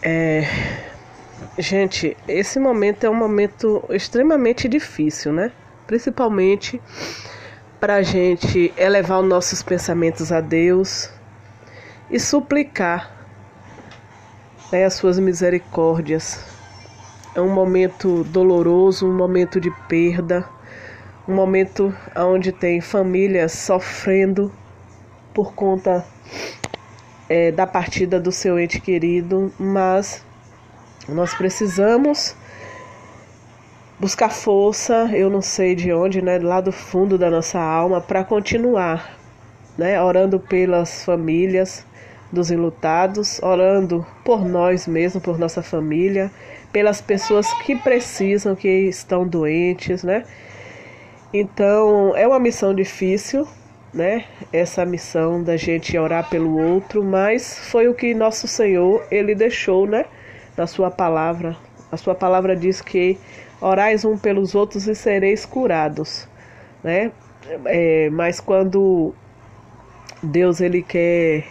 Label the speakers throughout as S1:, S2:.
S1: É, gente, esse momento é um momento extremamente difícil, né? Principalmente para a gente elevar os nossos pensamentos a Deus e suplicar, né, as suas misericórdias. É um momento doloroso, um momento de perda, um momento onde tem famílias sofrendo por conta da partida do seu ente querido, mas nós precisamos buscar força, eu não sei de onde, né, lá do fundo da nossa alma, para continuar, né, orando pelas famílias dos enlutados, orando por nós mesmos, por nossa família, pelas pessoas que precisam, que estão doentes, né? Então, é uma missão difícil, né? Essa missão da gente orar pelo outro, mas foi o que nosso Senhor, ele deixou, né, na sua palavra. A sua palavra diz que orais um pelos outros e sereis curados, né? Mas quando Deus ele quer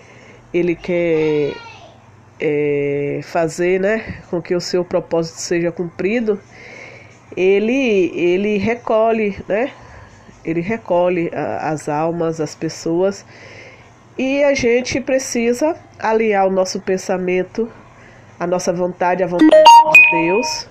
S1: fazer, né, com que o seu propósito seja cumprido, ele recolhe, né? Ele recolhe as almas, as pessoas, e a gente precisa alinhar o nosso pensamento, a nossa vontade, a vontade de Deus.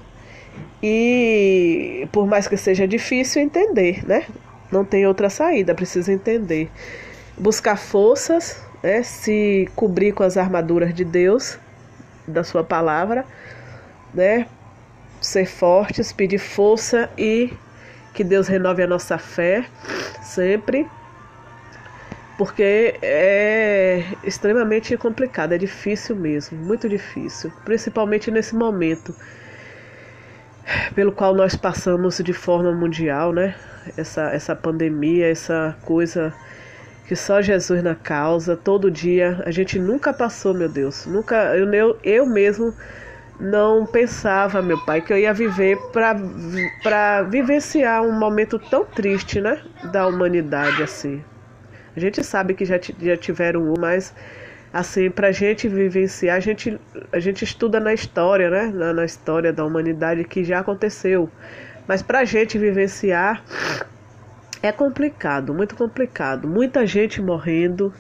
S1: E por mais que seja difícil entender, né? Não tem outra saída, precisa entender. Buscar forças, né? Se cobrir com as armaduras de Deus, da sua palavra, né? Ser fortes, pedir força e que Deus renove a nossa fé sempre, porque é extremamente complicado, é difícil mesmo, muito difícil, principalmente nesse momento pelo qual nós passamos de forma mundial, né? Essa pandemia, essa coisa que só Jesus na causa, todo dia, a gente nunca passou, meu Deus, nunca, eu mesmo não pensava, meu pai, que eu ia viver para vivenciar um momento tão triste, né, da humanidade, assim. A gente sabe que já tiveram mas assim, pra gente vivenciar, a gente estuda na história, né, na história da humanidade que já aconteceu, mas pra gente vivenciar é complicado, muito complicado, muita gente morrendo,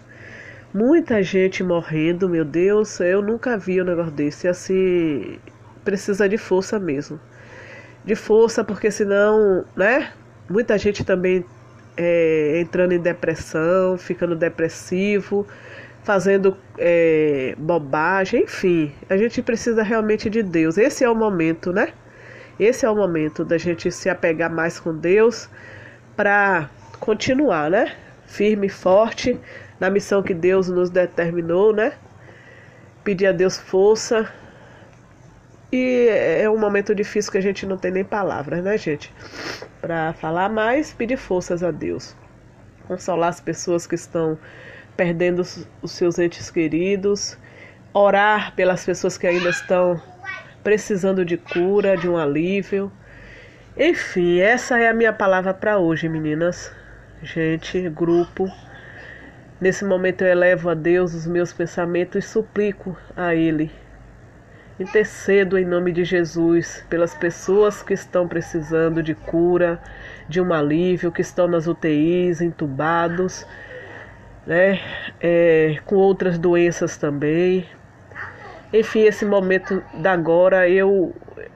S1: meu Deus, eu nunca vi um negócio desse, assim, precisa de força mesmo, de força, porque senão, né, muita gente também entrando em depressão, ficando depressivo, fazendo bobagem, enfim, a gente precisa realmente de Deus, esse é o momento, né, esse é o momento da gente se apegar mais com Deus, para continuar, né, firme e forte na missão que Deus nos determinou, né? Pedir a Deus força. E é um momento difícil que a gente não tem nem palavras, né, gente? Para falar, mas pedir forças a Deus. Consolar as pessoas que estão perdendo os seus entes queridos. Orar pelas pessoas que ainda estão precisando de cura, de um alívio. Enfim, essa é a minha palavra para hoje, meninas. Gente, grupo. Nesse momento eu elevo a Deus os meus pensamentos e suplico a Ele. Intercedo em nome de Jesus pelas pessoas que estão precisando de cura, de um alívio, que estão nas UTIs, entubados, né? Com outras doenças também. Enfim, esse momento da agora eu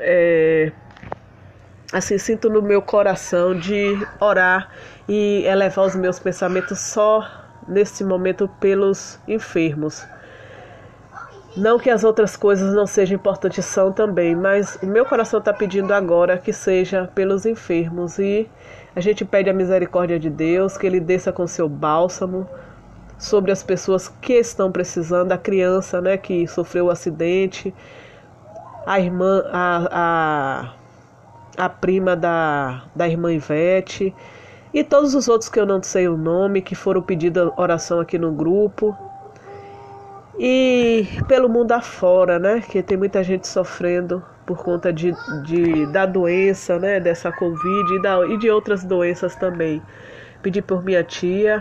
S1: assim, sinto no meu coração de orar e elevar os meus pensamentos só nesse momento pelos enfermos. Não que as outras coisas não sejam importantes, são também, mas o meu coração está pedindo agora que seja pelos enfermos, e a gente pede a misericórdia de Deus, que Ele desça com seu bálsamo sobre as pessoas que estão precisando, a criança, né, que sofreu o acidente, a irmã, a prima da irmã Ivete, e todos os outros que eu não sei o nome, que foram pedidos oração aqui no grupo. E pelo mundo afora, né? Que tem muita gente sofrendo por conta da doença, né? Dessa Covid e de outras doenças também. Pedir por minha tia,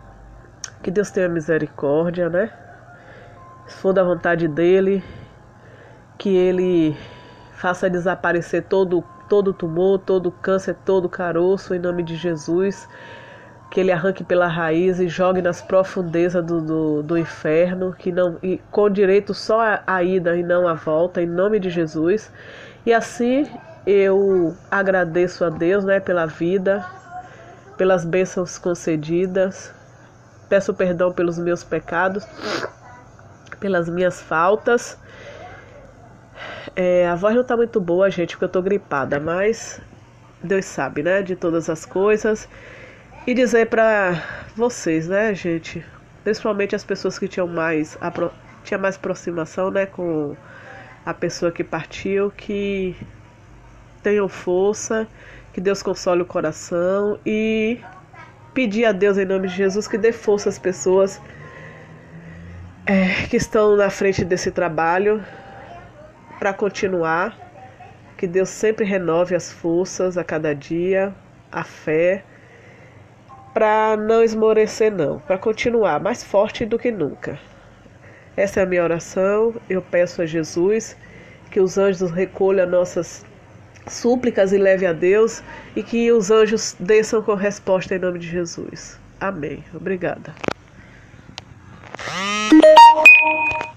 S1: que Deus tenha misericórdia, né? Se for da vontade dele, que Ele faça desaparecer todo tumor, todo câncer, todo caroço, em nome de Jesus. Que Ele arranque pela raiz e jogue nas profundezas do inferno, que não, e com direito só a ida e não a volta, em nome de Jesus. E assim eu agradeço a Deus, né, pela vida, pelas bênçãos concedidas. Peço perdão pelos meus pecados, pelas minhas faltas. A voz não tá muito boa, gente, porque eu tô gripada, mas Deus sabe, né, de todas as coisas. E dizer pra vocês, né, gente, principalmente as pessoas que tinha mais aproximação, né, com a pessoa que partiu, que tenham força, que Deus console o coração e pedir a Deus em nome de Jesus que dê força às pessoas que estão na frente desse trabalho para continuar, que Deus sempre renove as forças a cada dia, a fé, para não esmorecer não, para continuar mais forte do que nunca. Essa é a minha oração. Eu peço a Jesus que os anjos recolham nossas súplicas e leve a Deus, e que os anjos desçam com resposta em nome de Jesus. Amém. Obrigada.